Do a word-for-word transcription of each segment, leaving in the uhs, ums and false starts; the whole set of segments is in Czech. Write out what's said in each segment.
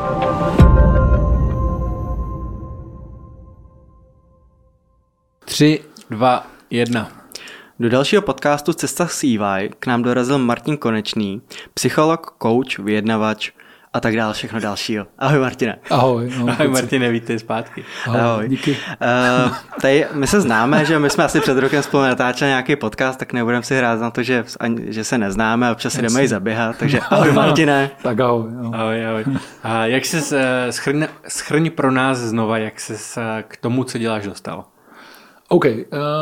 Tři, dva, jedna. Do dalšího podcastu Cesta s E Y k nám dorazil Martin Konečný, psycholog, coach, vyjednavač a tak dále, všechno dalšího. Ahoj Martine. Ahoj. No, Ahoj Martine, vítej zpátky. Ahoj, Ahoj. Díky. Uh, tady my se známe, že my jsme asi před rokem spolu natáčeli nějaký podcast, tak nebudeme si hrát na to, že, že se neznáme a občas si jdeme i zaběhat, takže ahoj Martine. Tak ahoj. Ahoj, ahoj. ahoj. A jak se schrň, schrň pro nás znova, jak se k tomu, co děláš, dostal? OK. Uh,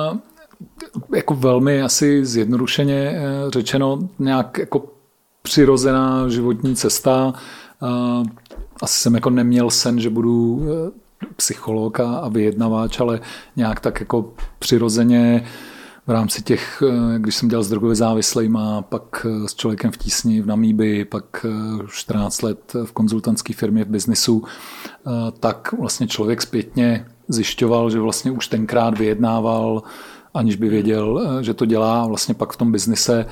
jako velmi asi zjednodušeně uh, řečeno, nějak jako přirozená životní cesta. Uh, asi jsem jako neměl sen, že budu uh, psycholog a, a vyjednavač, ale nějak tak jako přirozeně v rámci těch, uh, když jsem dělal s drogově závislejma, pak uh, s Člověkem v tísni v Namíbii, pak uh, čtrnáct let v konzultantské firmě v biznisu, uh, tak vlastně člověk zpětně zjišťoval, že vlastně už tenkrát vyjednával, aniž by věděl, že to dělá. Vlastně pak v tom biznise,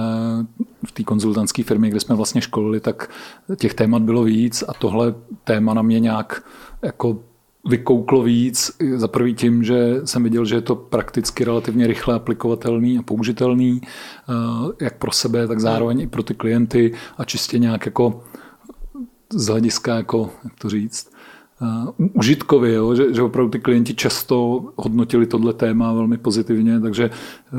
v té konzultantské firmě, kde jsme vlastně školili, tak těch témat bylo víc a tohle téma na mě nějak jako vykouklo víc. Za prvý tím, že jsem viděl, že je to prakticky relativně rychle aplikovatelný a použitelný, jak pro sebe, tak zároveň i pro ty klienty a čistě nějak jako z hlediska, jako, jak to říct, Uh, užitkově, jo? Že, že opravdu ty klienti často hodnotili tohle téma velmi pozitivně, takže uh,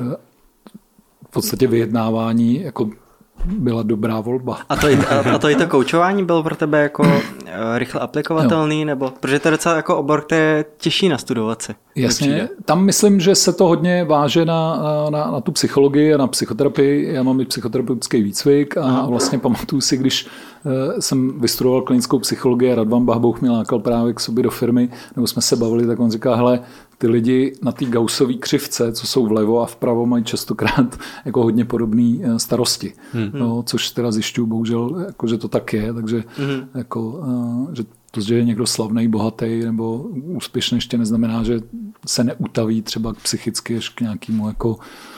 v podstatě vyjednávání jako byla dobrá volba. A to, i, a to i to koučování bylo pro tebe jako uh, rychle aplikovatelný, jo. Nebo protože to je docela jako obor, který je těžší nastudovat si. Jasně, tam myslím, že se to hodně váže na, na, na tu psychologii a na psychoterapii. Já mám i psychoterapeutický výcvik a Aha. vlastně pamatuju si, když uh, jsem vystudoval klinickou psychologii a Radvan Bahbouch mě lákal právě k sobě do firmy, nebo jsme se bavili, tak on říká, hele, ty lidi na té Gaussové křivce, co jsou vlevo a vpravo, mají častokrát jako hodně podobné starosti. Hmm. No, což teda zjišťuju, bohužel, jako, že to tak je, takže hmm. jako, že to, že je někdo slavný, bohatý nebo úspěšný, ještě neznamená, že se neutaví třeba psychicky až k nějakému jako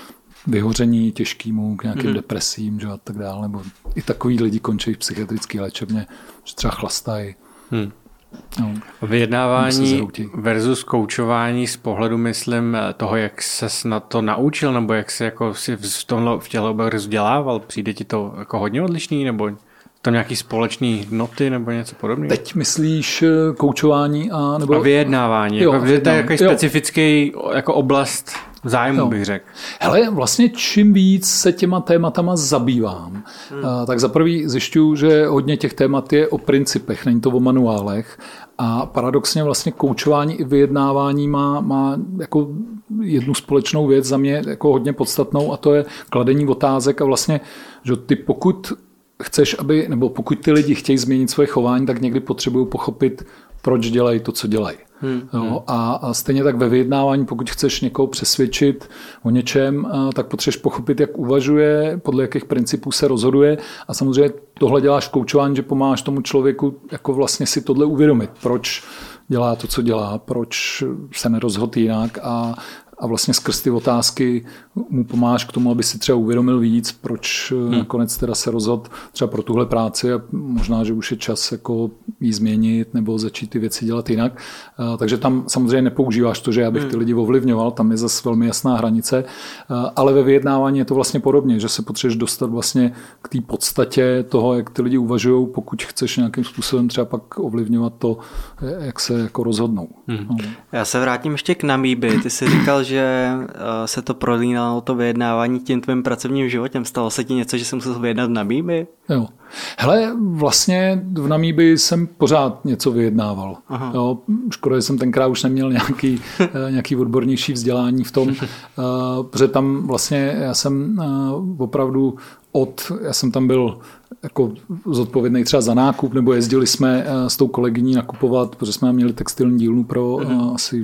vyhoření těžkému, k nějakým hmm. depresím, že a tak dále. Nebo i takový lidi končí v psychiatrické léčebně, že třeba chlastají. Hmm. No, vyjednávání versus koučování z pohledu, myslím, toho, jak ses na to naučil, nebo jak se jako si v tomhle v těchto oborech vzdělával, přijde ti to jako hodně odlišný, nebo tam nějaký společný noty nebo něco podobného? Teď myslíš koučování a nebo... A vyjednávání, jo, jako, to je jako specifický jako oblast zájmu, jo. bych řekl. Hele, vlastně čím víc se těma tématama zabývám, hmm. tak za prvý zjišťuju, že hodně těch témat je o principech, není to o manuálech a paradoxně vlastně koučování i vyjednávání má, má jako jednu společnou věc za mě jako hodně podstatnou a to je kladení otázek a vlastně, že ty pokud chceš, aby, nebo pokud ty lidi chtějí změnit svoje chování, tak někdy potřebují pochopit, proč dělají to, co dělají. Hmm. Jo, a, a stejně tak ve vyjednávání, pokud chceš někoho přesvědčit o něčem, tak potřebuješ pochopit, jak uvažuje, podle jakých principů se rozhoduje a samozřejmě tohle děláš v koučování, že pomáháš tomu člověku jako vlastně si tohle uvědomit, proč dělá to, co dělá, proč se nerozhodl jinak a a vlastně skrz ty otázky mu pomáháš k tomu, aby si třeba uvědomil víc, proč hmm. nakonec teda se rozhodl třeba pro tuhle práci a možná, že už je čas jako jí změnit nebo začít ty věci dělat jinak. Takže tam samozřejmě nepoužíváš to, že já bych ty lidi ovlivňoval, tam je zase velmi jasná hranice, ale ve vyjednávání je to vlastně podobně, že se potřebuješ dostat vlastně k té podstatě toho, jak ty lidi uvažují, pokud chceš nějakým způsobem třeba pak ovlivňovat to, jak se jako rozhodnou. Hmm. No. Já se vrátím ještě k Namíbii. Ty jsi říkal, že se to prolínalo to vyjednávání tím tvým pracovním životem. Stalo se ti něco, že jsi musel vyjednat v Namíbii? Jo. Hele, vlastně v Namíbii jsem pořád něco vyjednával. Jo, škoda, že jsem tenkrát už neměl nějaký, nějaký odbornější vzdělání v tom, protože tam vlastně já jsem opravdu od, já jsem tam byl jako zodpovědný třeba za nákup, nebo jezdili jsme s tou kolegyní nakupovat, protože jsme měli textilní dílnu pro hmm. asi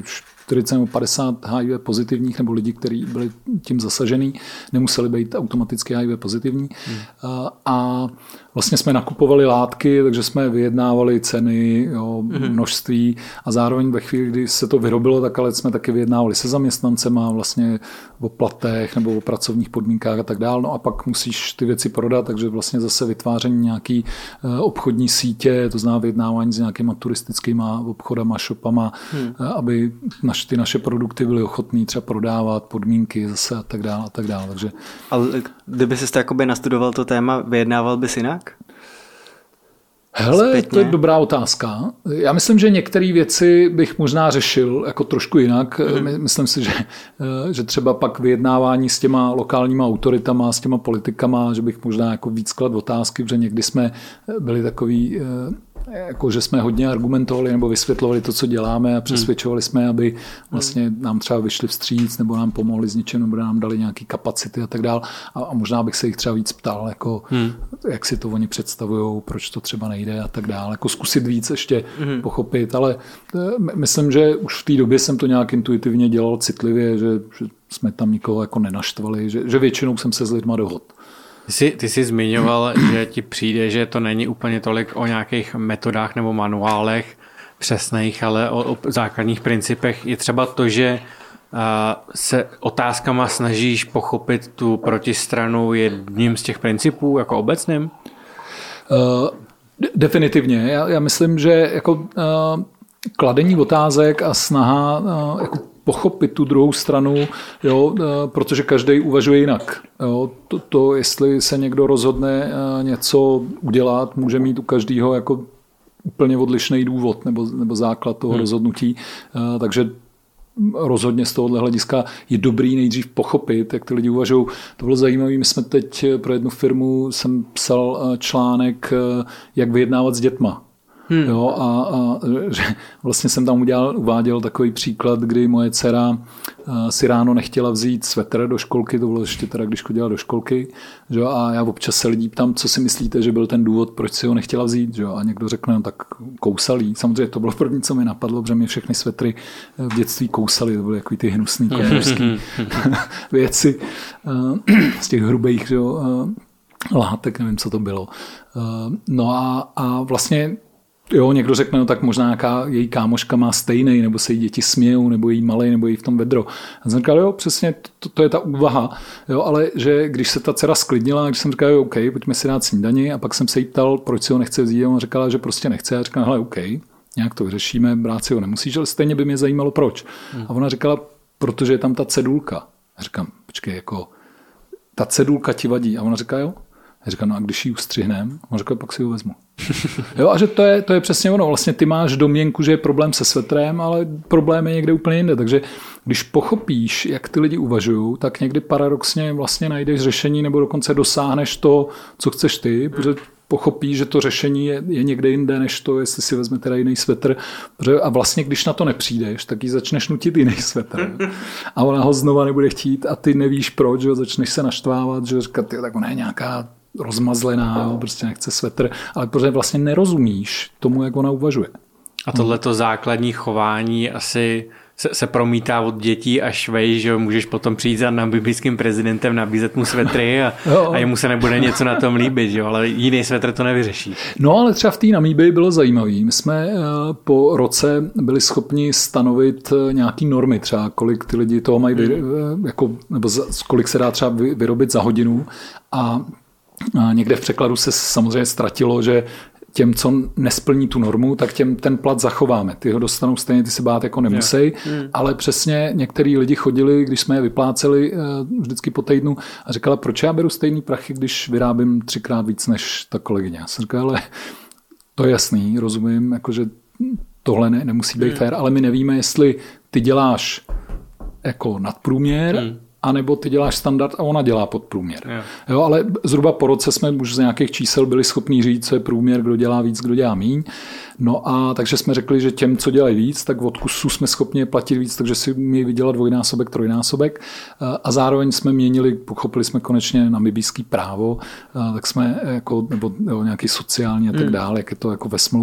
čtyřicet nebo padesát H I V pozitivních nebo lidí, kteří byli tím zasažený, nemuseli být automaticky H I V pozitivní. Hmm. A vlastně jsme nakupovali látky, takže jsme vyjednávali ceny, jo, množství a zároveň ve chvíli, kdy se to vyrobilo, tak ale jsme taky vyjednávali se zaměstnancema vlastně o platech nebo o pracovních podmínkách a tak dále. No a pak musíš ty věci prodat, takže vlastně zase vytváření nějaký obchodní sítě, to znamená vyjednávání s nějakýma turistickýma obchodama, shopama, hmm. aby naš, ty naše produkty byly ochotný třeba prodávat, podmínky zase a tak dále a tak dále. Takže... Ale kdyby jsi to jakoby nastudoval to téma, vyjednával bys jinak? Hele, zpětně. To je dobrá otázka. Já myslím, že některé věci bych možná řešil jako trošku jinak. Mm-hmm. Myslím si, že, že třeba pak vyjednávání s těma lokálníma autoritama, s těma politikama, že bych možná jako víc kladl otázky, protože někdy jsme byli takový, jako že jsme hodně argumentovali nebo vysvětlovali to, co děláme a přesvědčovali jsme, aby vlastně nám třeba vyšli vstříc nebo nám pomohli s něčím, nebo nám dali nějaké kapacity a tak dále. A, a možná bych se jich třeba víc ptal, jako, hmm. jak si to oni představují, proč to třeba nejde a tak dále. Jako zkusit víc ještě hmm. pochopit, ale myslím, že už v té době jsem to nějak intuitivně dělal citlivě, že, že jsme tam nikoho jako nenaštvali, že, že většinou jsem se s lidma dohodl. Ty jsi, ty jsi zmiňoval, že ti přijde, že to není úplně tolik o nějakých metodách nebo manuálech přesných, ale o, o základních principech. Je třeba to, že uh, se otázkama snažíš pochopit tu protistranu jedním z těch principů jako obecným? Uh, definitivně. Já, já myslím, že jako uh, kladení otázek a snaha uh, jako pochopit tu druhou stranu, jo, protože každý uvažuje jinak. Jo. To, to, jestli se někdo rozhodne něco udělat, může mít u každého jako úplně odlišný důvod nebo, nebo základ toho hmm. rozhodnutí. Takže rozhodně z tohohle hlediska je dobrý nejdřív pochopit, jak ty lidi uvažují. To bylo zajímavé. My jsme teď pro jednu firmu jsem psal článek, jak vyjednávat s dětma. Hmm. Jo, a, a že vlastně jsem tam udělal, uváděl takový příklad, kdy moje dcera si ráno nechtěla vzít svetr do školky, to bylo ještě teda, když chodila do školky, že, a já občas se lidí ptám, co si myslíte, že byl ten důvod, proč si ho nechtěla vzít, že, a někdo řekne, no tak kousalí. Samozřejmě to bylo první, co mi napadlo, protože mě všechny svetry v dětství kousaly, to byly takový ty hnusný koněřský věci z těch hrubých, že, látek, nevím, co to bylo. No a, a vlastně jo, někdo řekne, no tak možná nějaká její kámoška má stejný, nebo se jí děti smějou, nebo její malej, nebo jí v tom vedro. A jsem říkal, jo, přesně, to, to je ta úvaha. Jo, ale že když se ta dcera sklidnila, když jsem říkal, jo, OK, pojďme si dát snídani, a pak jsem se jí ptal, proč si ho nechce vzít, a ona říkala, že prostě nechce. A já říkal, hele, OK, nějak to vyřešíme, brát si ho nemusíš, ale stejně by mě zajímalo, proč. Hmm. A ona říkala, protože je tam ta cedulka. A říkám, počkej, jako, ta cedulka ti vadí. A ona říká, jo. Já říkám, no a když ji ustřihnem, on říkal, pak si ho vezmu. Jo, a že to je, to je přesně ono. Vlastně ty máš domněnku, že je problém se svetrem, ale problém je někde úplně jinde. Takže když pochopíš, jak ty lidi uvažují, tak někdy paradoxně vlastně najdeš řešení nebo dokonce dosáhneš to, co chceš ty, protože pochopíš, že to řešení je, je někde jinde, než to, jestli si vezme teda jiný svetr. A vlastně, když na to nepřijdeš, tak jí začneš nutit jiný svetr. A ona ho znova nebude chtít a ty nevíš proč, že začneš se naštvávat, že říkat, tak ona je nějaká rozmazlená, jo, prostě nechce svetr, ale protože vlastně nerozumíš tomu, jak ona uvažuje. A tohleto základní chování asi se, se promítá od dětí až vej, že můžeš potom přijít za namibijským prezidentem, nabízet mu svetry a, a jemu se nebude něco na tom líbit, že? Ale jiný svetr to nevyřeší. No ale třeba v té Namibii bylo zajímavé. My jsme po roce byli schopni stanovit nějaký normy, třeba kolik ty lidi toho mají, vy, jako, nebo kolik se dá třeba vyrobit za hodinu a A někde v překladu se samozřejmě ztratilo, že těm, co nesplní tu normu, tak těm ten plat zachováme. Ty ho dostanou stejně, ty se bát jako nemusej, yeah. mm. ale přesně některý lidi chodili, když jsme je vypláceli vždycky po týdnu a říkala, proč já beru stejný prachy, když vyrábím třikrát víc než ta kolegyně. Já jsem říkal, ale to je jasný, rozumím, jakože tohle ne, nemusí být mm. fér, ale my nevíme, jestli ty děláš jako nadprůměr, mm. a nebo ty děláš standard a ona dělá podprůměr. Yeah. Jo, ale zhruba po roce jsme už z nějakých čísel byli schopní říct, co je průměr, kdo dělá víc, kdo dělá míň. No a takže jsme řekli, že těm, co dělají víc, tak od kusu jsme schopni platit víc, takže si mi vydělat dvojnásobek, trojnásobek. A zároveň jsme měnili, pochopili jsme konečně namibijský právo, tak jsme jako, nebo jo, nějaký sociální a tak dále, jak je to jako ve smlouvách,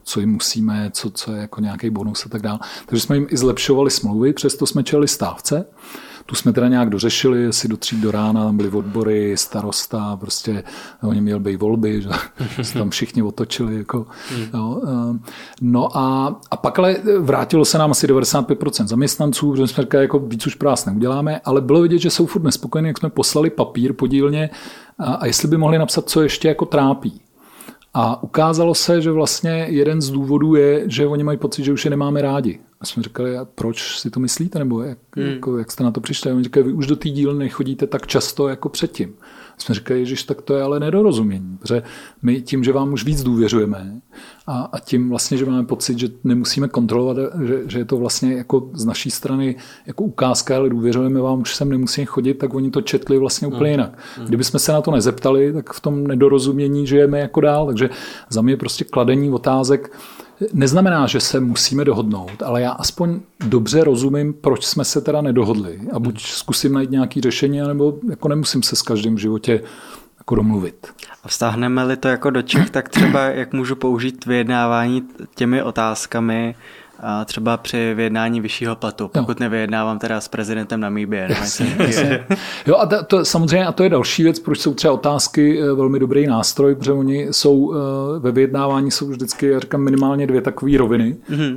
co jim musíme, co, co je jako nějaký bonus a tak dále. Takže jsme jim i zlepšovali smlouvy, přesto jsme čelili stávce. Tu jsme teda nějak dořešili, asi do tří do rána, tam byly odbory, starosta, prostě oni měli být volby, že se tam všichni otočili. Jako, jo. No a, a pak ale vrátilo se nám asi devadesát pět procent zaměstnanců, protože jsme říkali, jako víc už prás neuděláme, ale bylo vidět, že jsou furt nespokojení, jak jsme poslali papír podílně a, a jestli by mohli napsat, co ještě jako trápí. A ukázalo se, že vlastně jeden z důvodů je, že oni mají pocit, že už je nemáme rádi. A jsme říkali, proč si to myslíte, nebo jak, hmm. jako, jak jste na to přišli? A oni říkali, vy už do té dílny nechodíte tak často jako předtím. A jsme říkali, ježiš, tak to je ale nedorozumění, protože my tím, že vám už víc důvěřujeme a, a tím vlastně, že máme pocit, že nemusíme kontrolovat, že, že je to vlastně jako z naší strany jako ukázka, ale důvěřujeme vám, už sem nemusíme chodit, tak oni to četli vlastně úplně jinak. Kdybychom se na to nezeptali, tak v tom nedorozumění žijeme jako dál, takže za mě prostě kladení otázek neznamená, že se musíme dohodnout, ale já aspoň dobře rozumím, proč jsme se teda nedohodli. A buď zkusím najít nějaké řešení, nebo jako nemusím se s každým v životě jako domluvit. A vztáhneme-li to jako do Čech, tak třeba jak můžu použít vyjednávání těmi otázkami a třeba při vyjednání vyššího platu, pokud jo. nevyjednávám teda s prezidentem Namibie. Jasně, jasně. Jo a to, to samozřejmě, a to je další věc, proč jsou třeba otázky velmi dobrý nástroj, protože oni jsou ve vyjednávání jsou vždycky, já říkám, minimálně dvě takové roviny. Mm-hmm.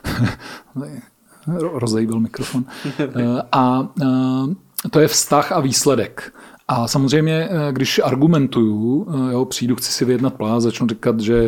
Rozejbil mikrofon. A, a to je vztah a výsledek. A samozřejmě, když argumentuju, jo, přijdu, chci si vyjednat plán, začnu říkat, že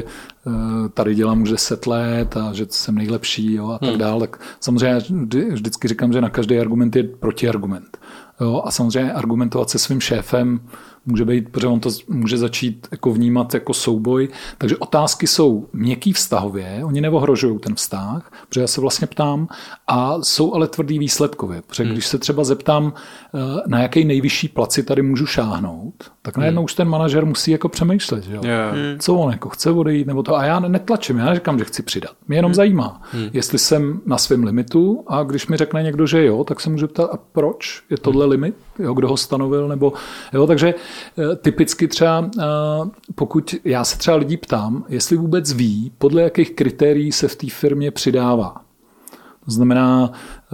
tady dělám už deset let a že jsem nejlepší, jo, a tak hmm. dál, tak samozřejmě vždycky říkám, že na každý argument je protiargument. Jo, a samozřejmě argumentovat se svým šéfem může být, protože on to může začít jako vnímat jako souboj. Takže otázky jsou měkký vztahově, oni neohrožují ten vztah, protože já se vlastně ptám, a jsou ale tvrdý výsledkově. Protože hmm. když se třeba zeptám, na jaký nejvyšší plat si tady můžu šáhnout, tak najednou hmm. už ten manažer musí jako přemýšlet, že jo? Yeah. Hmm. Co on jako chce odejít, nebo to. A já netlačím, já neříkám, že chci přidat. Mě jenom hmm. zajímá, hmm. jestli jsem na svém limitu, a když mi řekne někdo, že jo, tak se můžu ptát, a proč je tohle limit, jo, kdo ho stanovil, nebo jo, takže typicky třeba, pokud já se třeba lidí ptám, jestli vůbec ví, podle jakých kritérií se v té firmě přidává. To znamená,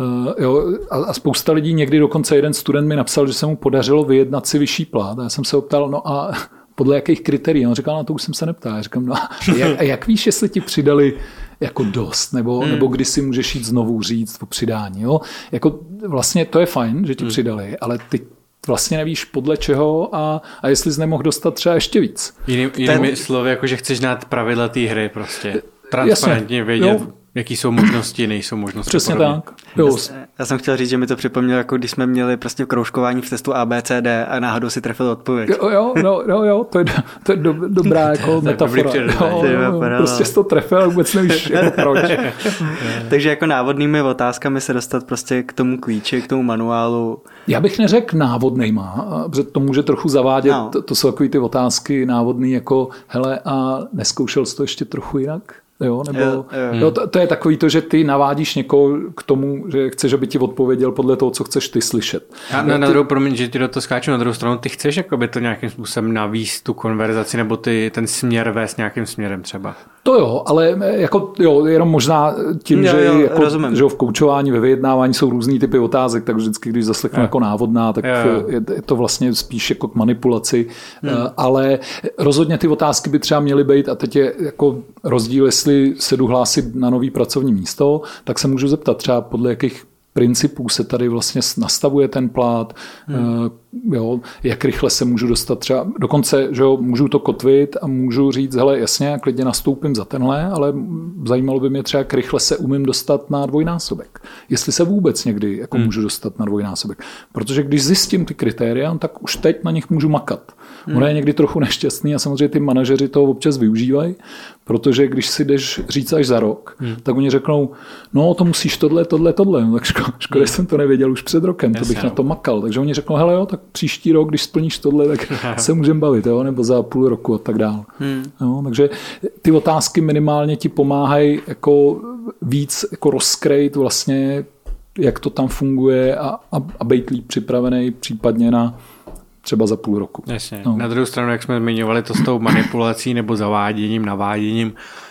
jo, a spousta lidí, někdy dokonce jeden student mi napsal, že se mu podařilo vyjednat si vyšší plat. A já jsem se optal, no a podle jakých kritérií? On říkal, no to už jsem se neptal. Já říkám, no a jak, jak víš, jestli ti přidali jako dost, nebo, hmm. nebo kdy si můžeš jít znovu říct o přidání. Jo? Jako vlastně to je fajn, že ti hmm. přidali, ale ty vlastně nevíš podle čeho a, a jestli jsi nemohl dostat třeba ještě víc. Jinými, jinými Ten... slovy, jako že chceš znát pravidla té hry prostě. Transparentně Jasně. vědět, jo. jaký jsou možnosti, nejsou možnosti. Přesně tak. Jo. Já, já jsem chtěl říct, že mi to připomnělo, jako když jsme měli prostě kroužkování v testu A B C D a náhodou si trefil odpověď. Jo, jo, no, jo, jo to je, to je do, dobrá jako metafora. Jo, jo, prostě jsi to trefil a vůbec nevíš jako proč. Takže jako návodnými otázkami se dostat prostě k tomu klíči, k tomu manuálu. Já bych neřekl návodnejma, protože to může trochu zavádět, no. to, to jsou takový ty otázky návodný jako hele a neskoušel jsi to ještě trochu jinak? Jo, nebo, jo, jo. Jo, to, to je takový to, že ty navádíš někoho k tomu, že chceš, aby ti odpověděl podle toho, co chceš ty slyšet. A na, na druhou, promiň, že ti do toho skáču, na druhou stranu, ty chceš jakoby to nějakým způsobem navíst tu konverzaci, nebo ty ten směr vést nějakým směrem třeba? To jo, ale jako, jo, jenom možná tím, jo, že, jo, jako, že v koučování, ve vyjednávání jsou různý typy otázek, tak vždycky, když zaslechnu jo. jako návodná, tak jo. je, je to vlastně spíš jako k manipulaci. Hmm. Ale rozhodně ty otázky by třeba měly být, a teď je jako rozdíl, jestli se jdu hlásit na nový pracovní místo, tak se můžu zeptat třeba podle jakých principů se tady vlastně nastavuje ten plat, hmm. jo, jak rychle se můžu dostat třeba, dokonce, že jo, můžu to kotvit a můžu říct, hele, jasně, klidně nastoupím za tenhle, ale zajímalo by mě třeba, jak rychle se umím dostat na dvojnásobek. Jestli se vůbec někdy jako hmm. můžu dostat na dvojnásobek. Protože když zjistím ty kritéria, tak už teď na nich můžu makat. Hmm. Ono je někdy trochu nešťastný a samozřejmě ty manažeři toho občas využívají, protože když si jdeš říct až za rok, hmm. tak oni řeknou, no to musíš tohle, tohle, tohle. No, tak škoda, škoda hmm. jsem to nevěděl už před rokem, Jasně, to bych no. na to makal. Takže oni řeknou, hele jo, tak příští rok, když splníš tohle, tak se můžeme bavit, jo, nebo za půl roku a tak dál. Hmm. Jo, takže ty otázky minimálně ti pomáhají jako víc jako rozkrejt vlastně, jak to tam funguje a, a, a být líp připravený případně na třeba za půl roku. Jasně. No. Na druhou stranu, jak jsme zmiňovali to s tou manipulací nebo zaváděním, naváděním,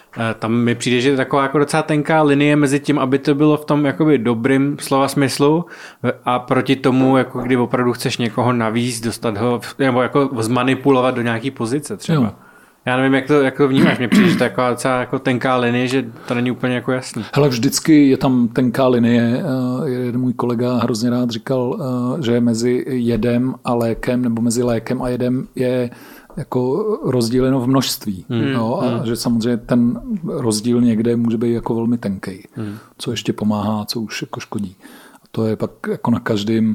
tam mi přijde, že je taková jako docela tenká linie mezi tím, aby to bylo v tom jakoby dobrým slova smyslu a proti tomu, jako kdy opravdu chceš někoho navíc, dostat ho, nebo jako zmanipulovat do nějaký pozice třeba. Jo. Já nevím, jak to, jak to vnímáš, mně přijde, že to je taková docela jako tenká linie, že to není úplně jako jasný. Hele, vždycky je tam tenká linie. Jeden můj kolega hrozně rád říkal, že mezi jedem a lékem, nebo mezi lékem a jedem je jako rozděleno v množství. Hmm. No, a hmm. že samozřejmě ten rozdíl někde může být jako velmi tenký. Hmm. Co ještě pomáhá, co už jako škodí. A to je pak jako na každém.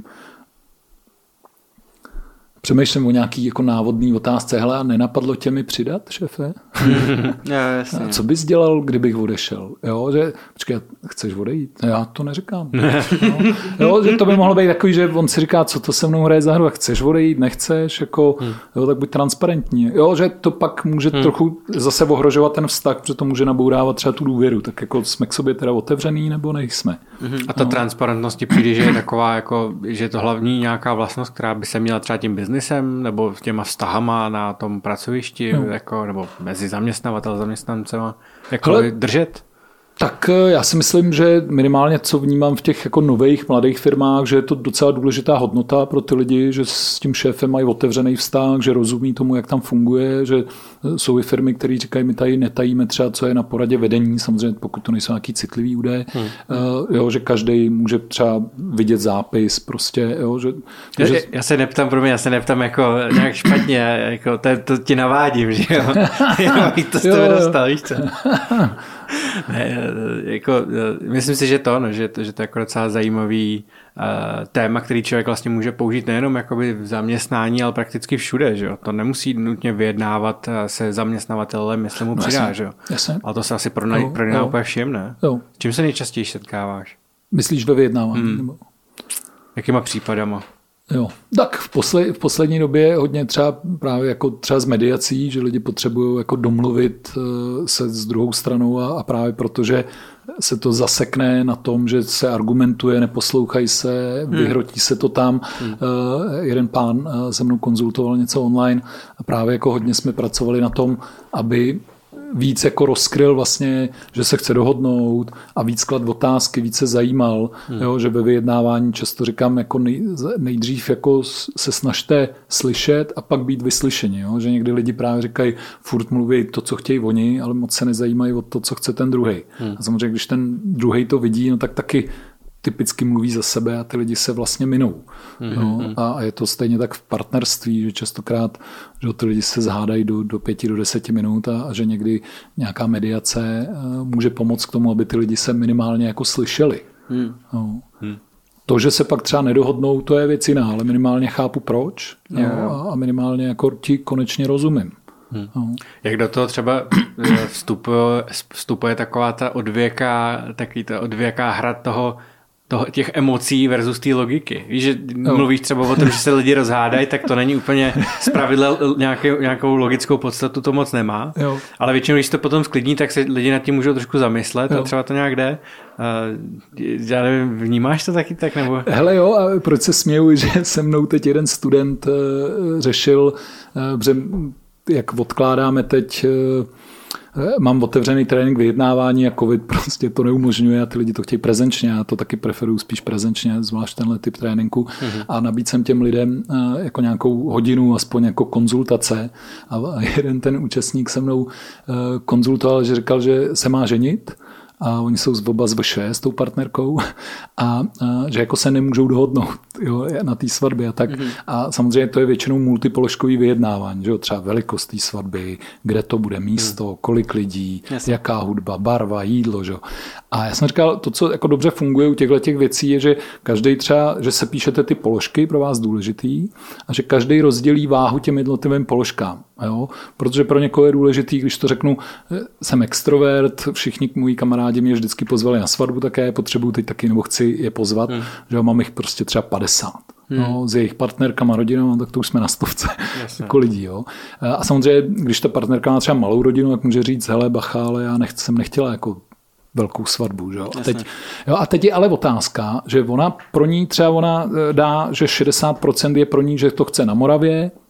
Přemýšlím o nějaký jako návodný otázce. Hele, a nenapadlo tě mi přidat, šéfe? Já, jasně. Co bys dělal, kdybych odešel? Jo, že, počkej, chceš odejít? Já to neříkám. No, jo, že to by mohlo být takový, že on si říká, co to se mnou hraje za hru, a chceš odejít, nechceš, jako, hmm. jo, tak buď transparentní. Jo, že to pak může hmm. trochu zase ohrožovat ten vztah, protože to může nabourávat třeba tu důvěru. Tak jako jsme k sobě teda otevřený, nebo nejsme. Hmm. A ta no. transparentnost ti přijde, že je taková, jako, že je to hlavní nějaká vlastnost, která by se měla třeba tím biznisem nebo těma vztahama na tom pracovišti, no. jako, nebo mezi zaměstnavatel a zaměstnancema, jako Hele, držet? Tak já si myslím, že minimálně co vnímám v těch jako nových mladých firmách, že je to docela důležitá hodnota pro ty lidi, že s tím šéfem mají otevřený vztah, že rozumí tomu, jak tam funguje, že jsou i firmy, které říkají, my tady netajíme třeba, co je na poradě vedení, samozřejmě pokud to nejsou nějaký citlivý údaje, hmm. uh, jo, že každý může třeba vidět zápis, prostě, jo, že... Já, že... já se neptám, pro mě, já se neptám jako nějak špatně, jako to, to ti navádím, že jo, jenom bych to z tebe dostal, víš co? Ne, jako, myslím si, že to, no, že, že to je jako docela zajímavý uh, téma, který člověk vlastně může použít nejenom jakoby v zaměstnání, ale prakticky všude. Že jo? To nemusí nutně vyjednávat se zaměstnavatelem, jestli mu přidá. Že jo? Ale to se asi pro něj no, úplně všimne. Jo. Čím se nejčastěji setkáváš? Myslíš ve vyjednávání? Hmm. Nebo? Jakýma případama? Jo, tak v, posled, v poslední době hodně třeba právě jako třeba z mediací, že lidi potřebují jako domluvit se s druhou stranou a, a právě protože se to zasekne na tom, že se argumentuje, neposlouchají se, hmm. vyhrotí se to tam. Hmm. Uh, jeden pán se mnou konzultoval něco online a právě jako hodně jsme pracovali na tom, aby víc jako rozkryl vlastně, že se chce dohodnout a víc klad otázky, víc se zajímal, hmm. jo, že ve vyjednávání často říkám, jako nej, nejdřív jako se snažte slyšet a pak být vyslyšeni, jo, že někdy lidi právě říkají, furt mluví to, co chtějí oni, ale moc se nezajímají o to, co chce ten druhej. Hmm. A samozřejmě, když ten druhej to vidí, no tak taky typicky mluví za sebe a ty lidi se vlastně minou. Mm-hmm. No, a je to stejně tak v partnerství, že častokrát že ty lidi se zhádají do, do pěti, do deseti minut a, a že někdy nějaká mediace uh, může pomoct k tomu, aby ty lidi se minimálně jako slyšeli. Mm. No. Mm. To, že se pak třeba nedohodnou, to je věc jiná, ale minimálně chápu proč no, a, a minimálně jako ti konečně rozumím. Hmm. No. Jak do toho třeba vstupuje, vstupuje taková ta odvěká, taky ta odvěká hra toho, toho, těch emocí versus té logiky. Víš, že no. mluvíš třeba o tom, že se lidi rozhádají, tak to není úplně zpravidla nějakou, nějakou logickou podstatu, to moc nemá. Jo. Ale většinou, když to potom sklidní, tak se lidi nad tím můžou trošku zamyslet jo. a třeba to nějak jde. Já nevím, vnímáš to taky tak? Nebo? Hele jo, a proč se směju, že se mnou teď jeden student řešil, že jak odkládáme teď, mám otevřený trénink vyjednávání a covid prostě to neumožňuje a ty lidi to chtějí prezenčně, já to taky preferuju spíš prezenčně, zvlášť tenhle typ tréninku mm-hmm. a nabídl jsem těm lidem jako nějakou hodinu, aspoň jako konzultace a jeden ten účastník se mnou konzultoval, že říkal, že se má ženit a oni jsou oba z V šest s tou partnerkou a, a že jako se nemůžou dohodnout jo, na té svatbě a tak. Mm-hmm. A samozřejmě to je většinou multipoložkový vyjednávání, že jo, třeba velikost té svatby, kde to bude místo, mm. kolik lidí, Jasně. jaká hudba, barva, jídlo, že jo. A já jsem říkal, to, co jako dobře funguje u těchto těch věcí, je, že každý třeba, že se píšete ty položky pro vás důležitý a že každý rozdělí váhu těm jednotlivým položkám. Jo? Protože pro někoho je důležitý, když to řeknu, jsem extrovert, všichni moji kamarádi mě vždycky pozvali na svatbu, také potřebuju teď taky, nebo chci je pozvat, hmm. že mám jich prostě třeba padesát. Hmm. No, s jejich partnerkama, rodinou, tak to už jsme na stovce jako lidí. Jo? A samozřejmě, když ta partnerka má třeba malou rodinu, tak může říct, hele bacha, ale já nech, jsem nechtěla jako velkou svatbu. Že? A, teď, jo, a teď je ale otázka, že ona pro ní třeba ona dá, že šedesát procent je pro ní, že to chce na Moravě,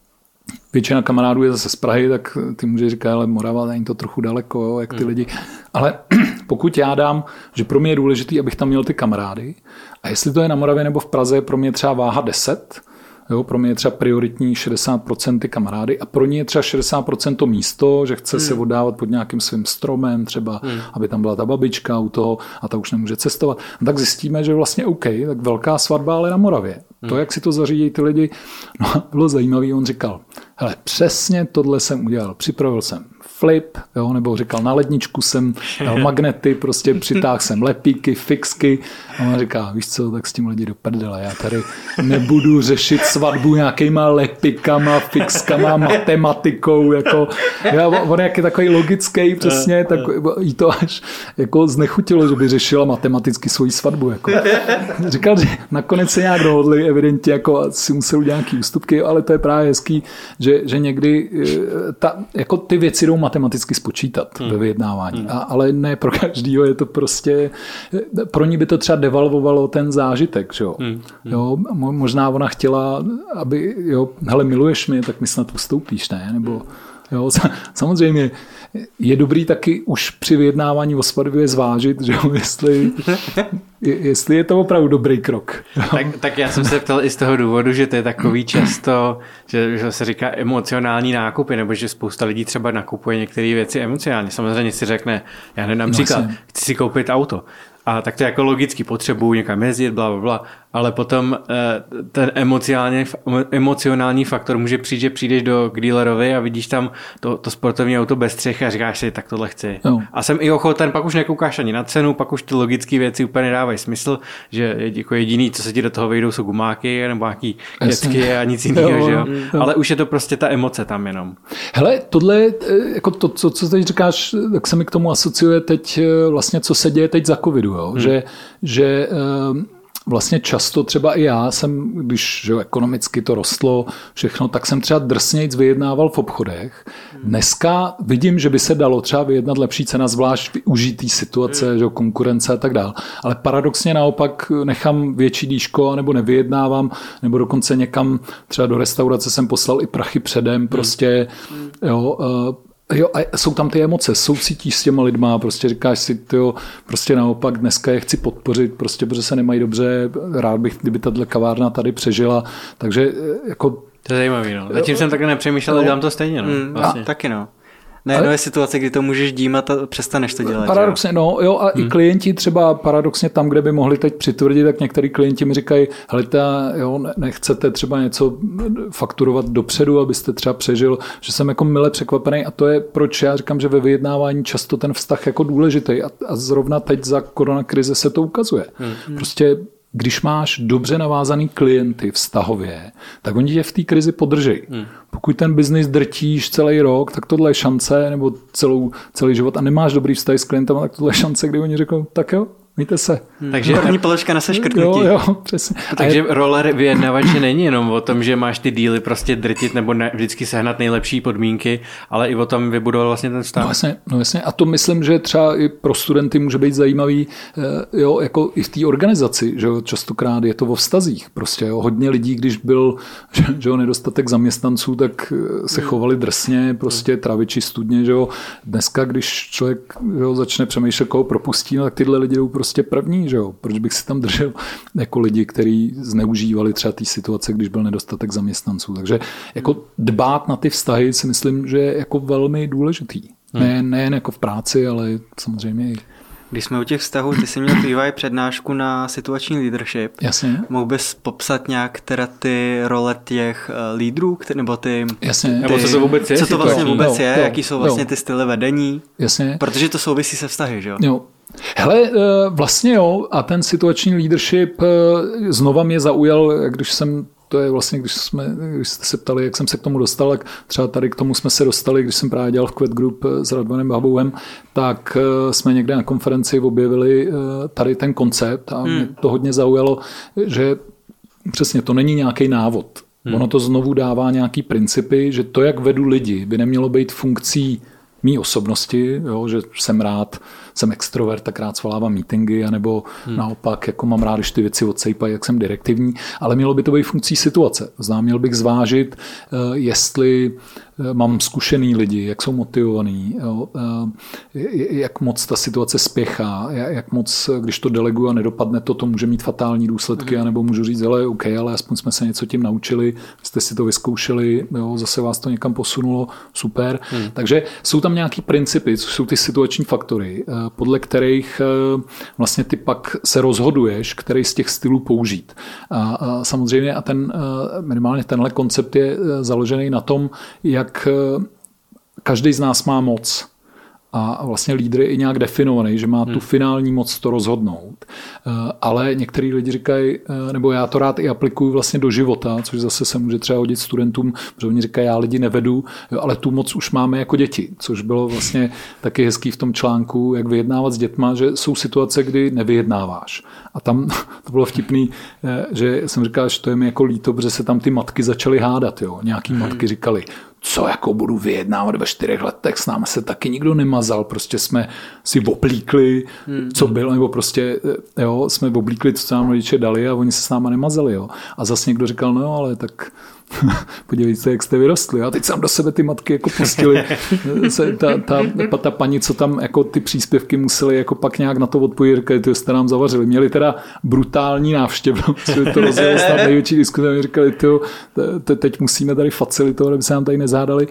většina kamarádů je zase z Prahy, tak ty můžeš říkat, ale Morava, není to trochu daleko, jo, jak ty hmm. lidi. Ale pokud já dám, že pro mě je důležitý, abych tam měl ty kamarády, a jestli to je na Moravě nebo v Praze, pro mě třeba váha deset, jo, pro mě je třeba prioritní šedesát procent ty kamarády a pro ně je třeba šedesát procent to místo, že chce hmm. se oddávat pod nějakým svým stromem, třeba, hmm. aby tam byla ta babička u toho a ta už nemůže cestovat. A tak zjistíme, že vlastně OK, tak velká svatba, ale na Moravě. Hmm. To, jak si to zařídí ty lidi, no, bylo zajímavý, on říkal, hele, přesně tohle jsem udělal, připravil jsem flip, jo, nebo říkal, na ledničku jsem dal magnety, prostě přitáhl jsem lepíky, fixky a on říká, víš co, tak s tím lidi do prdele, já tady nebudu řešit svatbu nějakýma lepikama, fixkama, matematikou, jako, já, on jak je takový logický přesně, tak jí to až jako znechutilo, že by řešila matematicky svoji svatbu, jako. Říkal, že nakonec se nějak dohodli, evidentně, jako si musel udělat nějaký ústupky, ale to je právě hezký, že, že někdy ta, jako ty věci jdou matematicky spočítat hmm. ve vyjednávání. Hmm. A, ale ne pro každýho je to prostě, pro ní by to třeba devalvovalo ten zážitek, že jo. Hmm. Jo, možná ona chtěla, aby, jo, hele, miluješ mě, tak mi snad ustoupíš, ne? Nebo, jo, samozřejmě je dobrý taky už při vyjednávání o svatbě zvážit, že jo, jestli, jestli je to opravdu dobrý krok. Tak, tak já jsem se ptal i z toho důvodu, že to je takový často, že, že se říká emocionální nákupy, nebo že spousta lidí třeba nakupuje některé věci emocionálně. Samozřejmě si řekne, já nevím, například, no, chci si koupit auto. A tak to je jako logicky, potřebuju někam jezdit, bla, bla, bla, ale potom ten emocionální, emocionální faktor může přijít, že přijdeš do k dealerovi a vidíš tam to, to sportovní auto bez střechy a říkáš si, tak tohle chci. No. A jsem i ochoten, pak už nekoukáš ani na cenu, pak už ty logické věci úplně nedávají smysl, že jako jediný, co se ti do toho vejdou, jsou gumáky nebo nějaký kecky a nic jiného, jo, že jo? jo. Ale už je to prostě ta emoce tam jenom. Hele, tohle, jako to, co, co teď říkáš, tak se mi k tomu asociuje teď vlastně, co se děje teď za covidu, jo? Hmm. Že, že vlastně často třeba i já jsem, když že ekonomicky to rostlo všechno, tak jsem třeba drsnějc vyjednával v obchodech. Dneska vidím, že by se dalo třeba vyjednat lepší cena, zvlášť využitý situace, že konkurence a tak dál. Ale paradoxně naopak nechám větší dýško, nebo nevyjednávám, nebo dokonce někam třeba do restaurace jsem poslal i prachy předem, prostě jo, Jo, a jsou tam ty emoce, soucítíš s těma lidma, prostě říkáš si, tyjo, prostě naopak dneska je chci podpořit, prostě protože se nemají dobře, rád bych, kdyby tato kavárna tady přežila, takže jako... To je zajímavý, no. Zatím jsem takhle nepřemýšlel, ale dělám to stejně, no. Mm, vlastně. A, taky, no. Najednou je situace, kdy to můžeš dímat a přestaneš to dělat. Paradoxně, no, jo, a hmm. i klienti třeba paradoxně tam, kde by mohli teď přitvrdit, tak některý klienti mi říkají, hele, ta, jo, nechcete třeba něco fakturovat dopředu, abyste třeba přežil, že jsem jako mile překvapený a to je, proč já říkám, že ve vyjednávání často ten vztah jako důležitý a, a zrovna teď za koronakrize se to ukazuje. Hmm. Prostě když máš dobře navázaný klienty vztahově, tak oni tě v té krizi podrží. Hmm. Pokud ten biznis drtíš celý rok, tak tohle je šance, nebo celou, celý život a nemáš dobrý vztah s klientem, tak tohle je šance, kdy oni řeknou, tak jo, mějte se. Hmm. Takže první položka na seškrtnutí. Jo, jo, přesně. Takže je... role vyjednavače není jenom o tom, že máš ty díly prostě drtit nebo ne, vždycky sehnat nejlepší podmínky, ale i o tom vybudovat vlastně ten vztah. No jasně, no jasně. A to myslím, že třeba i pro studenty může být zajímavý, jo, jako i v té organizaci, že jo, častokrát je to o vztazích. Prostě jo, hodně lidí, když byl že jo, nedostatek zaměstnanců, tak se chovali drsně, prostě traviči studně, že jo. Dneska, když člověk že jo, začne přemýšlet, koho propustí, no, tak tyhle lidi jdou prostě první, že jo? Proč bych si tam držel jako lidi, kteří zneužívali třeba té situace, když byl nedostatek zaměstnanců. Takže jako dbát na ty vztahy si myslím, že je jako velmi důležitý. Ne, nejen jako v práci, ale samozřejmě i... Když jsme u těch vztahů, ty jsi měl bývají přednášku na situační leadership. Jasně. Mohl bys popsat nějak teda ty role těch lídrů, nebo ty... Jasně. Ty, nebo co to vůbec je? Co to vlastně vůbec jo, je, jo, jaký jsou vlastně jo. ty styly vedení. Jasně. Protože to souvisí se vztahy, že jo? Jo. Hele, vlastně jo, a ten situační leadership znova mě zaujal, když jsem, to je vlastně, když, jsme, když jste se ptali, jak jsem se k tomu dostal, tak třeba tady k tomu jsme se dostali, když jsem právě dělal v Quet Group s Radvanem Babouem, tak jsme někde na konferenci objevili tady ten koncept a mě to hodně zaujalo, že přesně to není nějaký návod. Hmm. Ono to znovu dává nějaký principy, že to, jak vedu lidi, by nemělo být funkcí mý osobnosti, jo, že jsem rád, jsem extrovert, tak rád svolávám meetingy, anebo hmm. naopak, jako mám rád, když ty věci odsejpají, jak jsem direktivní, ale mělo by to být funkcí situace. Znám, měl bych zvážit, jestli mám zkušený lidi, jak jsou motivovaní, jo, jak moc ta situace spěchá, jak moc, když to deleguju a nedopadne to, to může mít fatální důsledky, hmm. anebo můžu říct, hele, OK, ale aspoň jsme se něco tím naučili, jste si to vyzkoušeli, jo, zase vás to někam posunulo, super. Hmm. Takže jsou tam nějaký principy, což jsou ty situační faktory, podle kterých vlastně ty pak se rozhoduješ, který z těch stylů použít. A, a samozřejmě a ten, minimálně tenhle koncept je založený na tom, jak každý z nás má moc. A vlastně lídr je i nějak definovaný, že má hmm. tu finální moc to rozhodnout. Ale některý lidi říkají, nebo já to rád i aplikuju vlastně do života, což zase se může třeba hodit studentům, protože oni říkají, já lidi nevedu, ale tu moc už máme jako děti, což bylo vlastně taky hezký v tom článku, jak vyjednávat s dětma, že jsou situace, kdy nevyjednáváš. A tam to bylo vtipný, že jsem říkal, že to je mi jako líto, protože se tam ty matky začaly hádat. Jo. Nějaký hmm. matky říkali, co jako budu vyjednávat ve čtyřech letech, s námi se taky nikdo nemazal, prostě jsme si oblíkli, hmm. co bylo, nebo prostě jo, jsme oblíkli, co nám rodiče dali a oni se s náma nemazali. Jo. A zase někdo říkal, no ale tak podívejte se, jak jste vyrostli. A teď jsem do sebe ty matky jako pustili. Se, ta, ta, ta, ta paní, co tam jako ty příspěvky museli jako pak nějak na to odpovědět, říkali, ty jste nám zavařili. Měli teda brutální návštěvu, co to rozjelo snad největší diskuze. Mě říkali, tyjo, te, teď musíme tady facilitovat, aby se nám tady nezádali.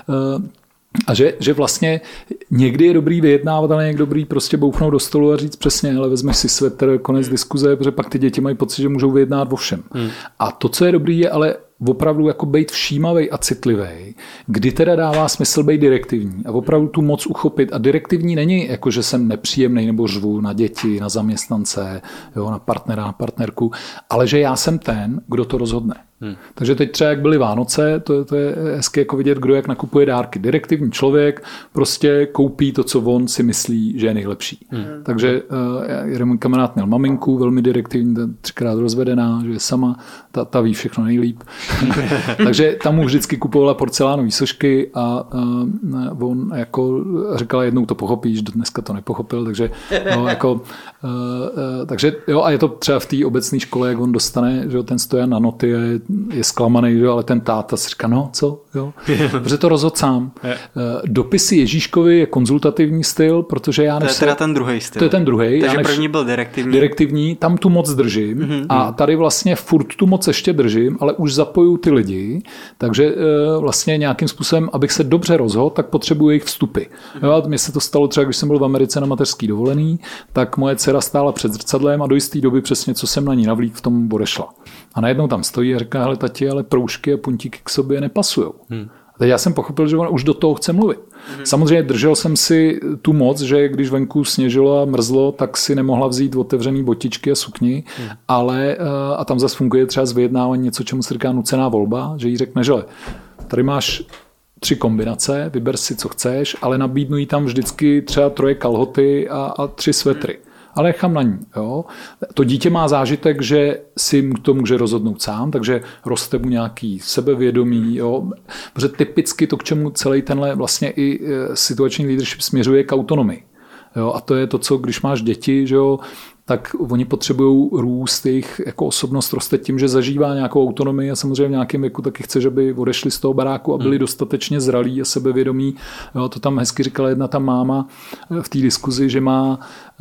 A že, že vlastně někdy je dobrý vyjednávat, ale někdy dobrý prostě bouchnout do stolu a říct přesně, ale vezmeš si svetr, konec hmm. diskuze, protože pak ty děti mají pocit, že můžou vyjednávat o všem. Hmm. A to, co je dobrý, je ale opravdu jako být všímavej a citlivej, kdy teda dává smysl být direktivní a opravdu tu moc uchopit. A direktivní není jako, že jsem nepříjemný nebo řvu na děti, na zaměstnance, jo, na partnera, na partnerku, ale že já jsem ten, kdo to rozhodne. Hmm. Takže teď třeba jak byly Vánoce, to, to je hezky jako vidět, kdo jak nakupuje dárky. Direktivní člověk prostě koupí to, co on si myslí, že je nejlepší. Hmm. Takže uh, jeden můj kamarád měl maminku, velmi direktivní, třikrát rozvedená, že je sama, ta, ta ví všechno nejlíp. Takže tam mu vždycky kupovala porcelánové sošky a uh, on jako říkala, jednou to pochopíš, dneska to nepochopil, takže no, jako, uh, uh, takže jo, a je to třeba v té obecné škole, jak on dostane, že ten stojan na noty je, je zklamaný, že, ale ten táta si říká, no co, jo, protože to rozhodl sám. Uh, dopisy Ježíškovi je konzultativní styl, protože já než to je teda ten druhý styl. To je ten druhý. Takže než, první byl direktivní. Direktivní, tam tu moc držím mm-hmm. a tady vlastně furt tu moc ještě držím, ale už zapojuju ty lidi, takže vlastně nějakým způsobem, abych se dobře rozhodl, tak potřebuji jejich vstupy. Jo, mně se to stalo třeba, když jsem byl v Americe na mateřský dovolený, tak moje dcera stála před zrcadlem a do jisté doby přesně, co jsem na ní navlík, v tom odešla. A najednou tam stojí a říká, hele tati, ale proužky a puntíky k sobě nepasujou. Hmm. A teď já jsem pochopil, že on už do toho chce mluvit. Hmm. Samozřejmě držel jsem si tu moc, že když venku sněžilo a mrzlo, tak si nemohla vzít otevřený botičky a sukni, hmm. ale a tam zase funguje třeba z vyjednávání něco, čemu se říká nucená volba, že jí řekne, že tady máš tři kombinace, vyber si, co chceš, ale nabídnu jí tam vždycky třeba troje kalhoty a, a tři svetry. Ale nechám na ní. Jo. To dítě má zážitek, že si to může rozhodnout sám, takže roste mu nějaký sebevědomí. Jo. Protože typicky to, k čemu celý tenhle vlastně i situační leadership směřuje, k autonomii. Jo. A to je to, co když máš děti, že jo, tak oni potřebují růst, jejich jako osobnost roste tím, že zažívá nějakou autonomii a samozřejmě v nějakém věku taky chce, aby odešli z toho baráku a byli dostatečně zralí a sebevědomí. Jo, to tam hezky říkala jedna ta máma v té diskuzi, že má,